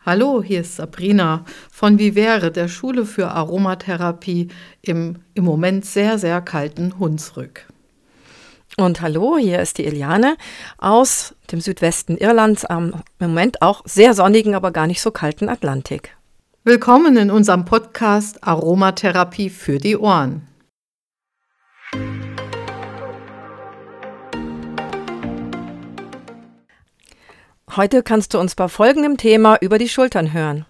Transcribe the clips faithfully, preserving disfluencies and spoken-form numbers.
Hallo, hier ist Sabrina von Vivere, der Schule für Aromatherapie im im Moment sehr, sehr kalten Hunsrück. Und hallo, hier ist die Eliane aus dem Südwesten Irlands, am im Moment auch sehr sonnigen, aber gar nicht so kalten Atlantik. Willkommen in unserem Podcast Aromatherapie für die Ohren. Heute kannst du uns bei folgendem Thema über die Schultern hören.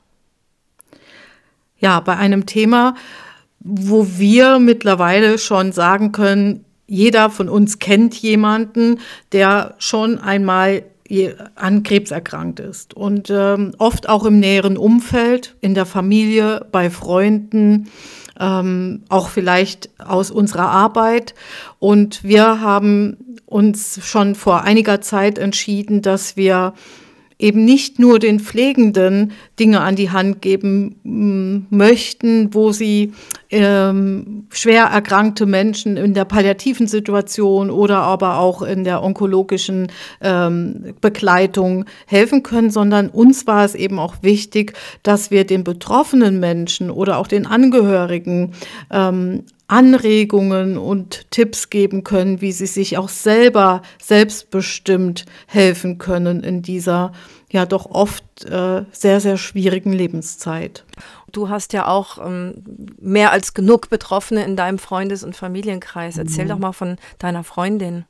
Ja, bei einem Thema, wo wir mittlerweile schon sagen können, jeder von uns kennt jemanden, der schon einmal an Krebs erkrankt ist. Und ähm, oft auch im näheren Umfeld, in der Familie, bei Freunden, ähm, auch vielleicht aus unserer Arbeit. Und wir haben uns schon vor einiger Zeit entschieden, dass wir eben nicht nur den Pflegenden Dinge an die Hand geben m, möchten, wo sie ähm, schwer erkrankte Menschen in der palliativen Situation oder aber auch in der onkologischen ähm, Begleitung helfen können, sondern uns war es eben auch wichtig, dass wir den betroffenen Menschen oder auch den Angehörigen ähm, Anregungen und Tipps geben können, wie sie sich auch selber selbstbestimmt helfen können in dieser ja doch oft äh, sehr, sehr schwierigen Lebenszeit. Du hast ja auch ähm, mehr als genug Betroffene in deinem Freundes- und Familienkreis. Erzähl mhm. doch mal von deiner Freundin.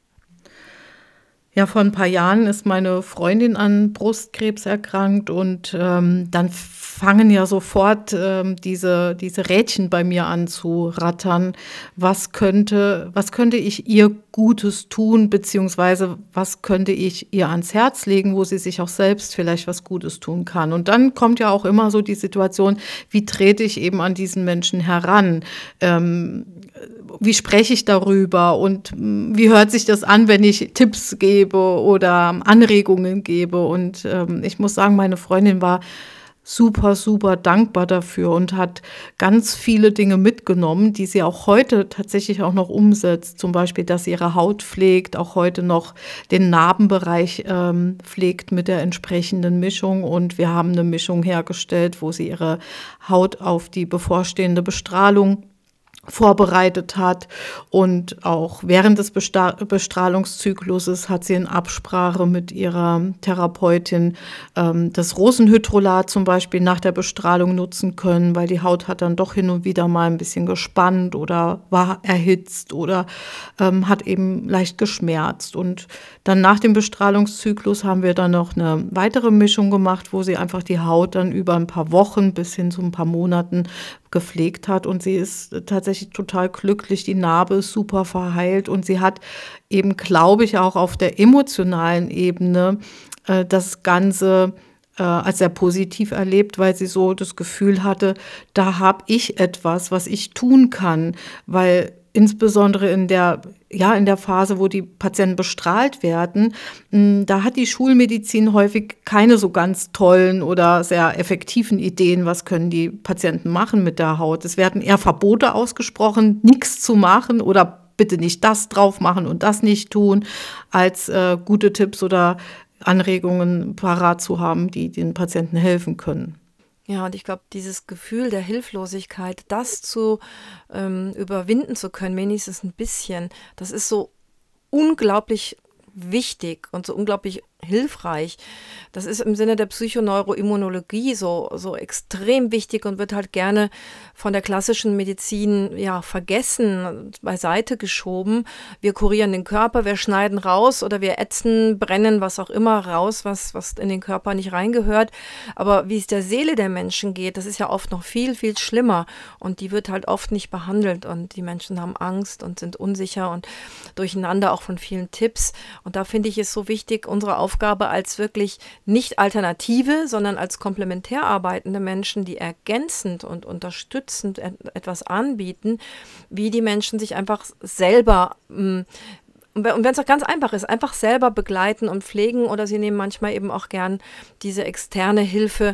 Ja, vor ein paar Jahren ist meine Freundin an Brustkrebs erkrankt und ähm, dann fangen ja sofort ähm, diese, diese Rädchen bei mir an zu rattern. Was könnte, was könnte ich ihr Gutes tun, beziehungsweise was könnte ich ihr ans Herz legen, wo sie sich auch selbst vielleicht was Gutes tun kann. Und dann kommt ja auch immer so die Situation, wie trete ich eben an diesen Menschen heran? Ähm, Wie spreche ich darüber und wie hört sich das an, wenn ich Tipps gebe oder Anregungen gebe? Und ähm, ich muss sagen, meine Freundin war super, super dankbar dafür und hat ganz viele Dinge mitgenommen, die sie auch heute tatsächlich auch noch umsetzt. Zum Beispiel, dass sie ihre Haut pflegt, auch heute noch den Narbenbereich ähm, pflegt mit der entsprechenden Mischung. Und wir haben eine Mischung hergestellt, wo sie ihre Haut auf die bevorstehende Bestrahlung vorbereitet hat und auch während des Bestra- Bestrahlungszykluses hat sie in Absprache mit ihrer Therapeutin ähm, das Rosenhydrolat zum Beispiel nach der Bestrahlung nutzen können, weil die Haut hat dann doch hin und wieder mal ein bisschen gespannt oder war erhitzt oder ähm, hat eben leicht geschmerzt. Und dann nach dem Bestrahlungszyklus haben wir dann noch eine weitere Mischung gemacht, wo sie einfach die Haut dann über ein paar Wochen bis hin zu ein paar Monaten gepflegt hat und sie ist tatsächlich total glücklich, die Narbe ist super verheilt und sie hat eben, glaube ich, auch auf der emotionalen Ebene äh, das Ganze äh, als sehr positiv erlebt, weil sie so das Gefühl hatte, da habe ich etwas, was ich tun kann, weil insbesondere in der, ja, in der Phase, wo die Patienten bestrahlt werden, da hat die Schulmedizin häufig keine so ganz tollen oder sehr effektiven Ideen, was können die Patienten machen mit der Haut. Es werden eher Verbote ausgesprochen, nichts zu machen oder bitte nicht das drauf machen und das nicht tun, als äh, gute Tipps oder Anregungen parat zu haben, die den Patienten helfen können. Ja, und ich glaube, dieses Gefühl der Hilflosigkeit, das zu ähm, überwinden zu können, wenigstens ein bisschen, das ist so unglaublich wichtig und so unglaublich hilfreich. Das ist im Sinne der Psychoneuroimmunologie so, so extrem wichtig und wird halt gerne von der klassischen Medizin ja vergessen, beiseite geschoben. Wir kurieren den Körper, wir schneiden raus oder wir ätzen, brennen, was auch immer raus, was, was in den Körper nicht reingehört. Aber wie es der Seele der Menschen geht, das ist ja oft noch viel, viel schlimmer und die wird halt oft nicht behandelt und die Menschen haben Angst und sind unsicher und durcheinander auch von vielen Tipps. Und da finde ich es so wichtig, unsere Aufgabe Aufgabe als wirklich nicht Alternative, sondern als komplementär arbeitende Menschen, die ergänzend und unterstützend etwas anbieten, wie die Menschen sich einfach selber, und wenn es auch ganz einfach ist, einfach selber begleiten und pflegen oder sie nehmen manchmal eben auch gern diese externe Hilfe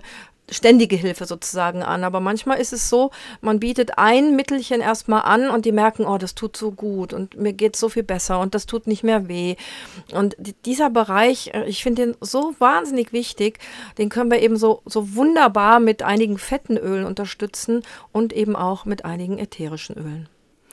ständige Hilfe sozusagen an. Aber manchmal ist es so, man bietet ein Mittelchen erstmal an und die merken, oh, das tut so gut und mir geht es so viel besser und das tut nicht mehr weh. Und dieser Bereich, ich finde den so wahnsinnig wichtig, den können wir eben so, so wunderbar mit einigen fetten Ölen unterstützen und eben auch mit einigen ätherischen Ölen.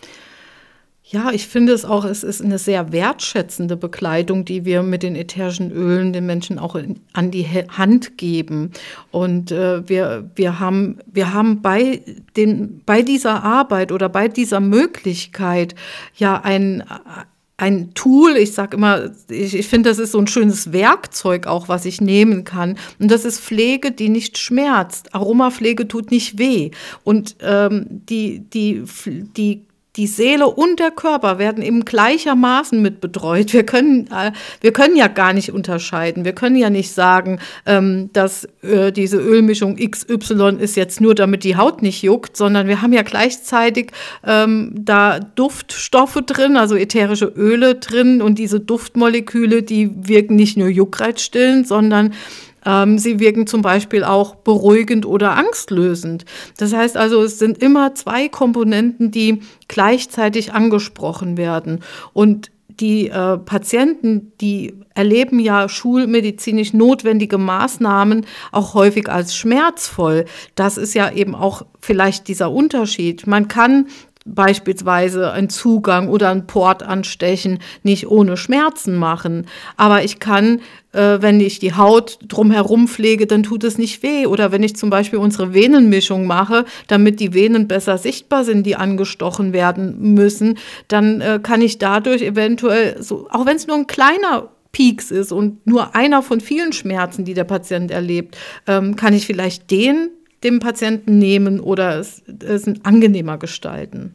Ja, ich finde es auch, es ist eine sehr wertschätzende Bekleidung, die wir mit den ätherischen Ölen den Menschen auch in, an die Hand geben. Und äh, wir, wir haben, wir haben bei, den, bei dieser Arbeit oder bei dieser Möglichkeit ja ein, ein Tool, ich sage immer, ich, ich finde, das ist so ein schönes Werkzeug auch, was ich nehmen kann. Und das ist Pflege, die nicht schmerzt. Aromapflege tut nicht weh. Und ähm, die, die, die Die Seele und der Körper werden eben gleichermaßen mit betreut. Wir können, äh, wir können ja gar nicht unterscheiden. Wir können ja nicht sagen, ähm, dass äh, diese Ölmischung X Y ist jetzt nur, damit die Haut nicht juckt, sondern wir haben ja gleichzeitig ähm, da Duftstoffe drin, also ätherische Öle drin, und diese Duftmoleküle, die wirken nicht nur juckreizstillend, sondern Ähm, sie wirken zum Beispiel auch beruhigend oder angstlösend. Das heißt also, es sind immer zwei Komponenten, die gleichzeitig angesprochen werden. Und die äh, Patienten, die erleben ja schulmedizinisch notwendige Maßnahmen auch häufig als schmerzvoll. Das ist ja eben auch vielleicht dieser Unterschied. Man kann beispielsweise einen Zugang oder einen Port anstechen nicht ohne Schmerzen machen. Aber ich kann, äh, wenn ich die Haut drumherum pflege, dann tut es nicht weh. Oder wenn ich zum Beispiel unsere Venenmischung mache, damit die Venen besser sichtbar sind, die angestochen werden müssen, dann äh, kann ich dadurch eventuell, so, auch wenn es nur ein kleiner Peaks ist und nur einer von vielen Schmerzen, die der Patient erlebt, ähm, kann ich vielleicht den dem Patienten nehmen oder es, es angenehmer gestalten.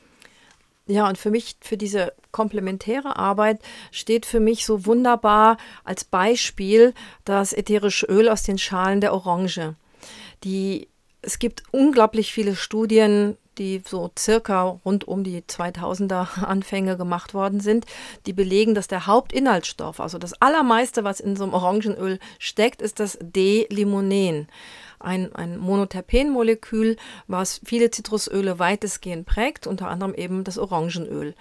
Ja, und für mich, für diese komplementäre Arbeit steht für mich so wunderbar als Beispiel das ätherische Öl aus den Schalen der Orange. Die, es gibt unglaublich viele Studien, die so circa rund um die zweitausender Anfänge gemacht worden sind, die belegen, dass der Hauptinhaltsstoff, also das Allermeiste, was in so einem Orangenöl steckt, ist das D-Limonen. Ein, ein Monoterpenmolekül, was viele Zitrusöle weitestgehend prägt, unter anderem eben das Orangenöl.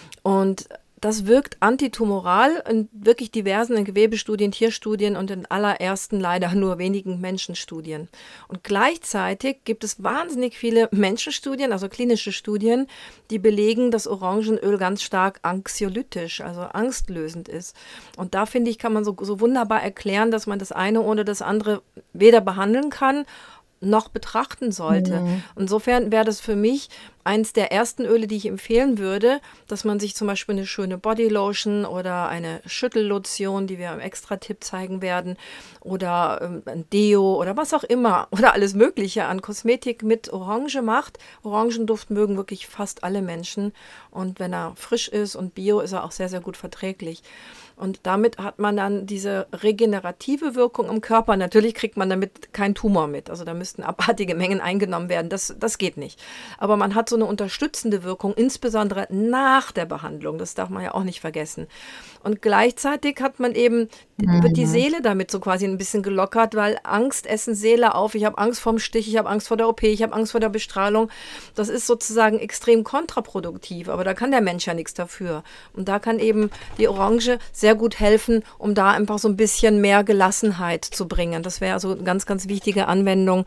Und das wirkt antitumoral in wirklich diversen in Gewebestudien, Tierstudien und in allerersten leider nur wenigen Menschenstudien. Und gleichzeitig gibt es wahnsinnig viele Menschenstudien, also klinische Studien, die belegen, dass Orangenöl ganz stark anxiolytisch, also angstlösend ist. Und da, finde ich, kann man so, so wunderbar erklären, dass man das eine ohne das andere weder behandeln kann, noch betrachten sollte. Mhm. Insofern wäre das für mich eins der ersten Öle, die ich empfehlen würde, dass man sich zum Beispiel eine schöne Bodylotion oder eine Schüttellotion, die wir im Extra-Tipp zeigen werden, oder ähm, ein Deo oder was auch immer oder alles Mögliche an Kosmetik mit Orange macht. Orangenduft mögen wirklich fast alle Menschen und wenn er frisch ist und bio, ist er auch sehr, sehr gut verträglich. Und damit hat man dann diese regenerative Wirkung im Körper. Natürlich kriegt man damit keinen Tumor mit. Also da müssten abartige Mengen eingenommen werden. Das, das geht nicht. Aber man hat so eine unterstützende Wirkung, insbesondere nach der Behandlung. Das darf man ja auch nicht vergessen. Und gleichzeitig hat man eben, mhm. wird die Seele damit so quasi ein bisschen gelockert, weil Angst essen Seele auf. Ich habe Angst vorm Stich, ich habe Angst vor der O P, ich habe Angst vor der Bestrahlung. Das ist sozusagen extrem kontraproduktiv. Aber da kann der Mensch ja nichts dafür. Und da kann eben die Orange sehr gut helfen, um da einfach so ein bisschen mehr Gelassenheit zu bringen. Das wäre also eine ganz, ganz wichtige Anwendung,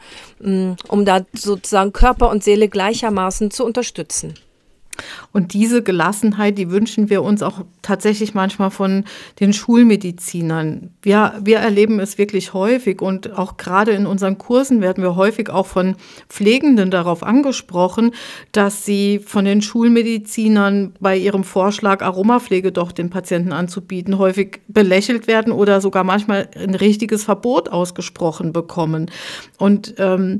um da sozusagen Körper und Seele gleichermaßen zu unterstützen. Und diese Gelassenheit, die wünschen wir uns auch tatsächlich manchmal von den Schulmedizinern. Wir, wir erleben es wirklich häufig und auch gerade in unseren Kursen werden wir häufig auch von Pflegenden darauf angesprochen, dass sie von den Schulmedizinern bei ihrem Vorschlag, Aromapflege doch den Patienten anzubieten, häufig belächelt werden oder sogar manchmal ein richtiges Verbot ausgesprochen bekommen. Und ähm,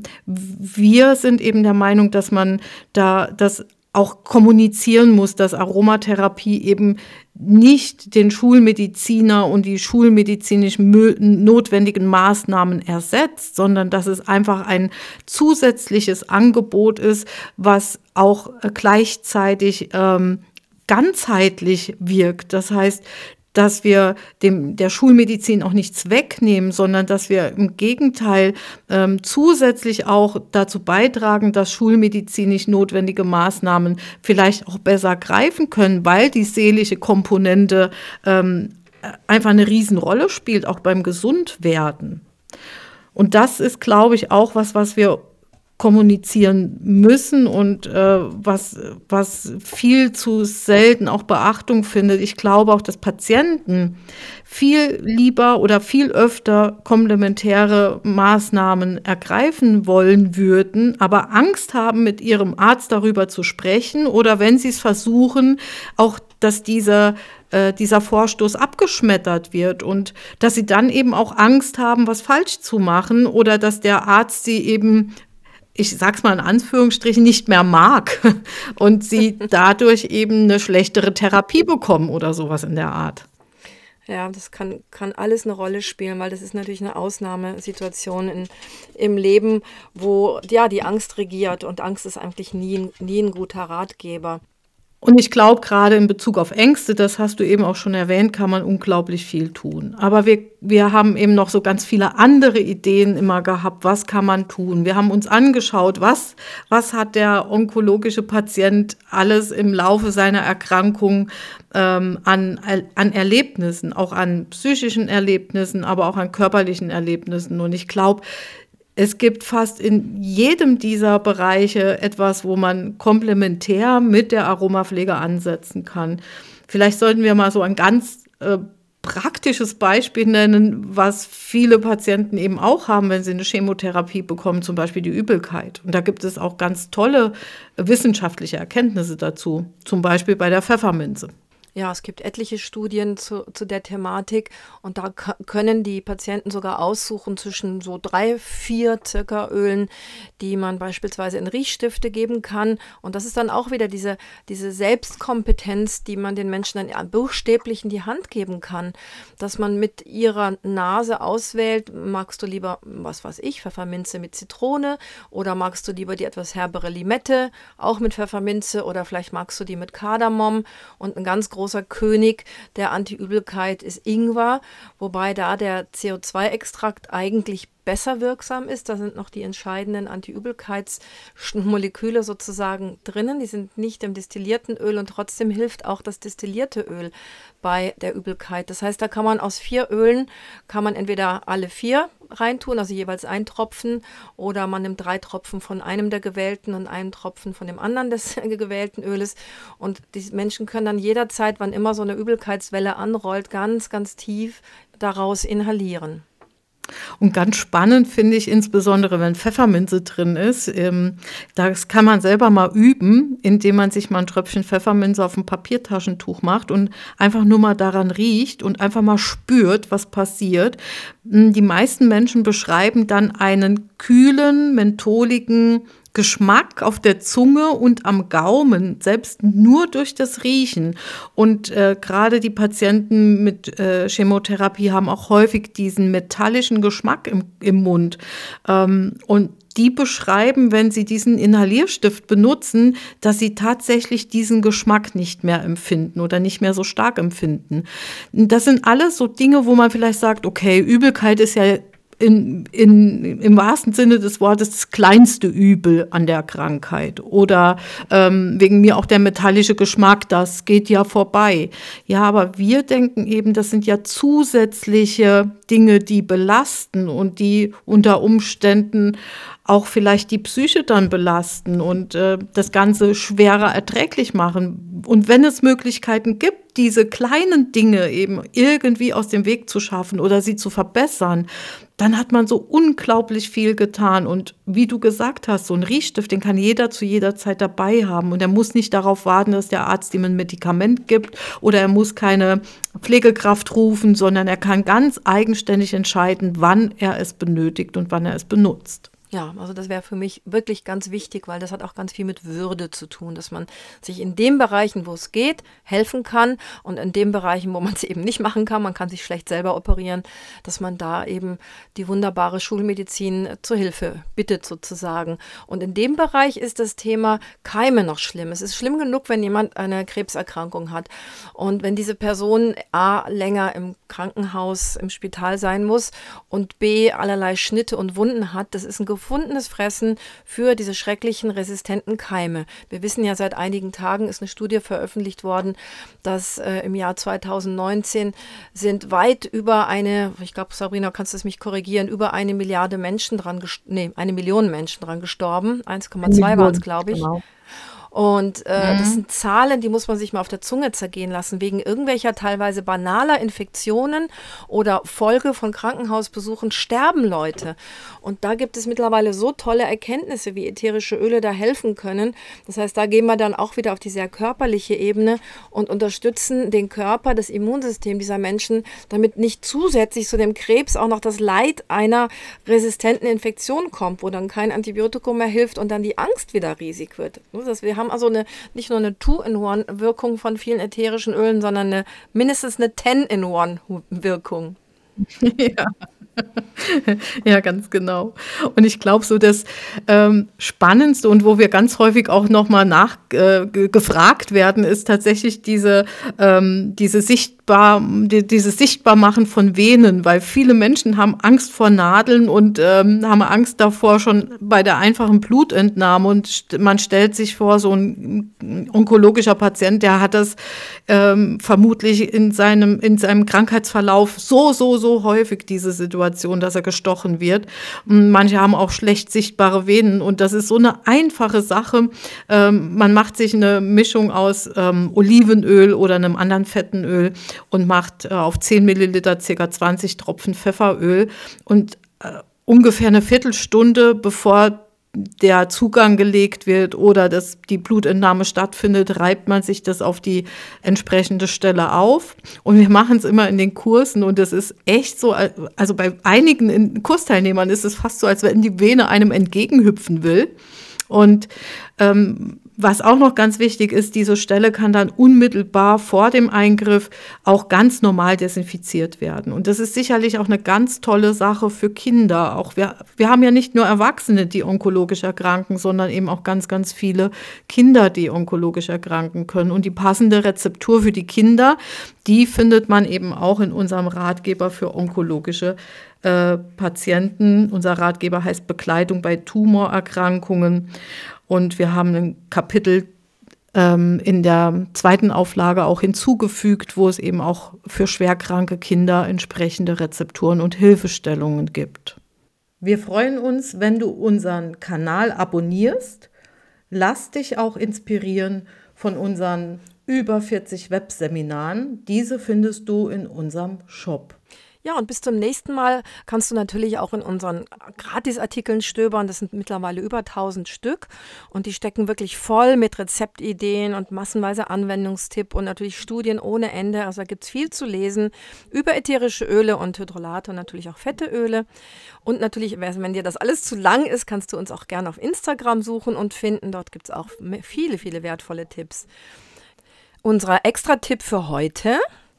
wir sind eben der Meinung, dass man da das auch kommunizieren muss, dass Aromatherapie eben nicht den Schulmediziner und die schulmedizinisch notwendigen Maßnahmen ersetzt, sondern dass es einfach ein zusätzliches Angebot ist, was auch gleichzeitig ähm, ganzheitlich wirkt. Das heißt, dass wir dem, der Schulmedizin auch nichts wegnehmen, sondern dass wir im Gegenteil ähm, zusätzlich auch dazu beitragen, dass schulmedizinisch notwendige Maßnahmen vielleicht auch besser greifen können, weil die seelische Komponente ähm, einfach eine Riesenrolle spielt, auch beim Gesundwerden. Und das ist, glaube ich, auch was, was wir kommunizieren müssen und äh, was, was viel zu selten auch Beachtung findet. Ich glaube auch, dass Patienten viel lieber oder viel öfter komplementäre Maßnahmen ergreifen wollen würden, aber Angst haben, mit ihrem Arzt darüber zu sprechen oder wenn sie es versuchen, auch, dass dieser, äh, dieser Vorstoß abgeschmettert wird und dass sie dann eben auch Angst haben, was falsch zu machen oder dass der Arzt sie eben, ich sag's mal in Anführungsstrichen, nicht mehr mag und sie dadurch eben eine schlechtere Therapie bekommen oder sowas in der Art. Ja, das kann, kann alles eine Rolle spielen, weil das ist natürlich eine Ausnahmesituation in, im Leben, wo ja die Angst regiert und Angst ist eigentlich nie, ein- nie ein guter Ratgeber. Und ich glaube, gerade in Bezug auf Ängste, das hast du eben auch schon erwähnt, kann man unglaublich viel tun. Aber wir, wir haben eben noch so ganz viele andere Ideen immer gehabt, was kann man tun. Wir haben uns angeschaut, was, was hat der onkologische Patient alles im Laufe seiner Erkrankung ähm, an, an Erlebnissen, auch an psychischen Erlebnissen, aber auch an körperlichen Erlebnissen. Und ich glaube, es gibt fast in jedem dieser Bereiche etwas, wo man komplementär mit der Aromapflege ansetzen kann. Vielleicht sollten wir mal so ein ganz äh, praktisches Beispiel nennen, was viele Patienten eben auch haben, wenn sie eine Chemotherapie bekommen, zum Beispiel die Übelkeit. Und da gibt es auch ganz tolle äh, wissenschaftliche Erkenntnisse dazu, zum Beispiel bei der Pfefferminze. Ja, es gibt etliche Studien zu, zu der Thematik und da k- können die Patienten sogar aussuchen zwischen so drei, vier circa Ölen, die man beispielsweise in Riechstifte geben kann. Und das ist dann auch wieder diese, diese Selbstkompetenz, die man den Menschen dann buchstäblich in die Hand geben kann, dass man mit ihrer Nase auswählt, magst du lieber, was weiß ich, Pfefferminze mit Zitrone oder magst du lieber die etwas herbere Limette, auch mit Pfefferminze oder vielleicht magst du die mit Kardamom und ein ganz großer König der Antiübelkeit ist Ingwer, wobei da der C O zwei Extrakt eigentlich besser wirksam ist. Da sind noch die entscheidenden Antiübelkeitsmoleküle sozusagen drinnen. Die sind nicht im destillierten Öl und trotzdem hilft auch das destillierte Öl bei der Übelkeit. Das heißt, da kann man aus vier Ölen, kann man entweder alle vier reintun, also jeweils ein Tropfen, oder man nimmt drei Tropfen von einem der gewählten und einen Tropfen von dem anderen des gewählten Öles. Und die Menschen können dann jederzeit, wann immer so eine Übelkeitswelle anrollt, ganz, ganz tief daraus inhalieren. Und ganz spannend finde ich insbesondere, wenn Pfefferminze drin ist. Ähm, das kann man selber mal üben, indem man sich mal ein Tröpfchen Pfefferminze auf ein Papiertaschentuch macht und einfach nur mal daran riecht und einfach mal spürt, was passiert. Die meisten Menschen beschreiben dann einen kühlen, mentholigen Geschmack auf der Zunge und am Gaumen, selbst nur durch das Riechen. Und äh, gerade die Patienten mit äh, Chemotherapie haben auch häufig diesen metallischen Geschmack im, im Mund. Ähm, und die beschreiben, wenn sie diesen Inhalierstift benutzen, dass sie tatsächlich diesen Geschmack nicht mehr empfinden oder nicht mehr so stark empfinden. Das sind alles so Dinge, wo man vielleicht sagt, okay, Übelkeit ist ja In, in, im wahrsten Sinne des Wortes das kleinste Übel an der Krankheit. Oder ähm, wegen mir auch der metallische Geschmack, das geht ja vorbei. Ja, aber wir denken eben, das sind ja zusätzliche Dinge, die belasten und die unter Umständen auch vielleicht die Psyche dann belasten und äh, das Ganze schwerer erträglich machen. Und wenn es Möglichkeiten gibt, diese kleinen Dinge eben irgendwie aus dem Weg zu schaffen oder sie zu verbessern, dann hat man so unglaublich viel getan. Und wie du gesagt hast, so ein Riechstift, den kann jeder zu jeder Zeit dabei haben. Und er muss nicht darauf warten, dass der Arzt ihm ein Medikament gibt oder er muss keine Pflegekraft rufen, sondern er kann ganz eigenständig entscheiden, wann er es benötigt und wann er es benutzt. Ja, also das wäre für mich wirklich ganz wichtig, weil das hat auch ganz viel mit Würde zu tun, dass man sich in den Bereichen, wo es geht, helfen kann und in den Bereichen, wo man es eben nicht machen kann, man kann sich schlecht selber operieren, dass man da eben die wunderbare Schulmedizin zur Hilfe bittet sozusagen. Und in dem Bereich ist das Thema Keime noch schlimm. Es ist schlimm genug, wenn jemand eine Krebserkrankung hat und wenn diese Person A, länger im Krankenhaus, im Spital sein muss und B, allerlei Schnitte und Wunden hat, das ist ein gefundenes Fressen für diese schrecklichen resistenten Keime. Wir wissen ja, seit einigen Tagen ist eine Studie veröffentlicht worden, dass äh, im Jahr zweitausendneunzehn sind weit über eine, ich glaube, Sabrina, kannst du es mich korrigieren, über eine Milliarde Menschen dran, nee, eine Million Menschen dran gestorben. eins Komma zwei waren es, glaube ich. Genau. Und äh, mhm. das sind Zahlen, die muss man sich mal auf der Zunge zergehen lassen, wegen irgendwelcher teilweise banaler Infektionen oder Folge von Krankenhausbesuchen sterben Leute. Und da gibt es mittlerweile so tolle Erkenntnisse, wie ätherische Öle da helfen können. Das heißt, da gehen wir dann auch wieder auf die sehr körperliche Ebene und unterstützen den Körper, das Immunsystem dieser Menschen, damit nicht zusätzlich zu dem Krebs auch noch das Leid einer resistenten Infektion kommt, wo dann kein Antibiotikum mehr hilft und dann die Angst wieder riesig wird. Das, wir haben also eine, nicht nur eine Two-in-One-Wirkung von vielen ätherischen Ölen, sondern eine, mindestens eine Ten-in-One-Wirkung. Ja. Ja, ganz genau. Und ich glaube, so das ähm, Spannendste und wo wir ganz häufig auch nochmal nachgefragt äh, werden, ist tatsächlich diese, ähm, diese sichtbar, die, dieses Sichtbarmachen von Venen, weil viele Menschen haben Angst vor Nadeln und ähm, haben Angst davor schon bei der einfachen Blutentnahme und st- man stellt sich vor, so ein onkologischer Patient, der hat das ähm, vermutlich in seinem, in seinem Krankheitsverlauf so, so, so häufig, diese Situation, dass er gestochen wird. Manche haben auch schlecht sichtbare Venen und das ist so eine einfache Sache. Ähm, man macht sich eine Mischung aus ähm, Olivenöl oder einem anderen fetten Öl und macht äh, auf zehn Milliliter ca. zwanzig Tropfen Pfefferöl und äh, ungefähr eine Viertelstunde bevor der Zugang gelegt wird oder dass die Blutentnahme stattfindet, reibt man sich das auf die entsprechende Stelle auf. Und wir machen es immer in den Kursen und das ist echt so, also bei einigen Kursteilnehmern ist es fast so, als wenn die Vene einem entgegenhüpfen will. Und ähm, was auch noch ganz wichtig ist, diese Stelle kann dann unmittelbar vor dem Eingriff auch ganz normal desinfiziert werden. Und das ist sicherlich auch eine ganz tolle Sache für Kinder. Auch wir, wir haben ja nicht nur Erwachsene, die onkologisch erkranken, sondern eben auch ganz, ganz viele Kinder, die onkologisch erkranken können. Und die passende Rezeptur für die Kinder, die findet man eben auch in unserem Ratgeber für onkologische äh, Patienten. Unser Ratgeber heißt Begleitung bei Tumorerkrankungen. Und wir haben ein Kapitel ähm, in der zweiten Auflage auch hinzugefügt, wo es eben auch für schwerkranke Kinder entsprechende Rezepturen und Hilfestellungen gibt. Wir freuen uns, wenn du unseren Kanal abonnierst. Lass dich auch inspirieren von unseren über vierzig Webseminaren. Diese findest du in unserem Shop. Ja, und bis zum nächsten Mal kannst du natürlich auch in unseren Gratisartikeln stöbern. Das sind mittlerweile über tausend Stück und die stecken wirklich voll mit Rezeptideen und massenweise Anwendungstipp und natürlich Studien ohne Ende. Also da gibt es viel zu lesen über ätherische Öle und Hydrolate und natürlich auch fette Öle. Und natürlich, wenn dir das alles zu lang ist, kannst du uns auch gerne auf Instagram suchen und finden. Dort gibt es auch viele, viele wertvolle Tipps. Unser Extra-Tipp für heute: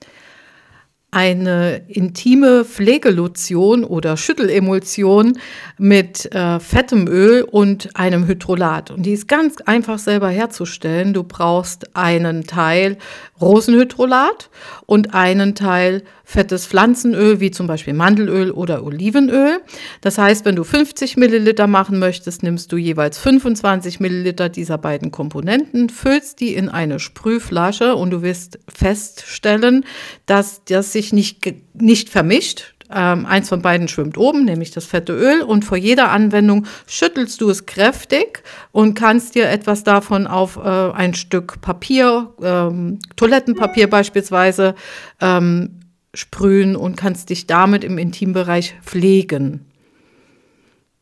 Eine intime Pflegelotion oder Schüttelemulsion mit äh, fettem Öl und einem Hydrolat. Und die ist ganz einfach selber herzustellen. Du brauchst einen Teil Rosenhydrolat und einen Teil fettes Pflanzenöl, wie zum Beispiel Mandelöl oder Olivenöl. Das heißt, wenn du fünfzig Milliliter machen möchtest, nimmst du jeweils fünfundzwanzig Milliliter dieser beiden Komponenten, füllst die in eine Sprühflasche und du wirst feststellen, dass das sich nicht, nicht vermischt. Ähm, eins von beiden schwimmt oben, nämlich das fette Öl, und vor jeder Anwendung schüttelst du es kräftig und kannst dir etwas davon auf äh, ein Stück Papier, ähm, Toilettenpapier beispielsweise, ähm, sprühen und kannst dich damit im Intimbereich pflegen.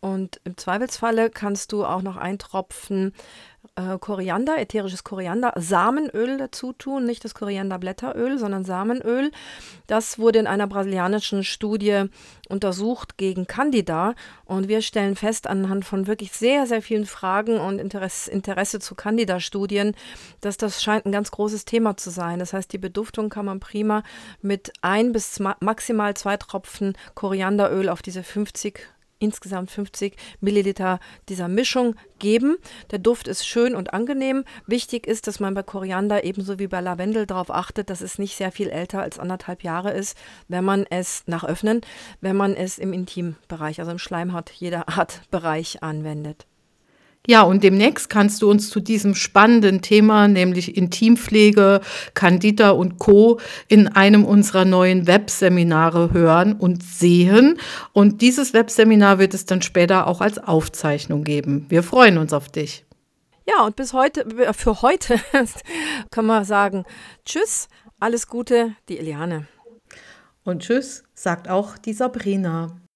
Und im Zweifelsfalle kannst du auch noch einen Tropfen äh, Koriander, ätherisches Koriander, Samenöl dazu tun, nicht das Korianderblätteröl, sondern Samenöl. Das wurde in einer brasilianischen Studie untersucht gegen Candida und wir stellen fest anhand von wirklich sehr, sehr vielen Fragen und Interesse, Interesse zu Candida-Studien, dass das scheint ein ganz großes Thema zu sein. Das heißt, die Beduftung kann man prima mit ein bis maximal zwei Tropfen Korianderöl auf diese fünfzig insgesamt fünfzig Milliliter dieser Mischung geben. Der Duft ist schön und angenehm. Wichtig ist, dass man bei Koriander ebenso wie bei Lavendel darauf achtet, dass es nicht sehr viel älter als anderthalb Jahre ist, wenn man es nach Öffnen, wenn man es im Intimbereich, also im Schleimhaut jeder Art Bereich anwendet. Ja, und demnächst kannst du uns zu diesem spannenden Thema, nämlich Intimpflege, Candida und Co. in einem unserer neuen Webseminare hören und sehen. Und dieses Webseminar wird es dann später auch als Aufzeichnung geben. Wir freuen uns auf dich. Ja, und bis heute, für heute kann man sagen, tschüss, alles Gute, die Eliane. Und tschüss, sagt auch die Sabrina.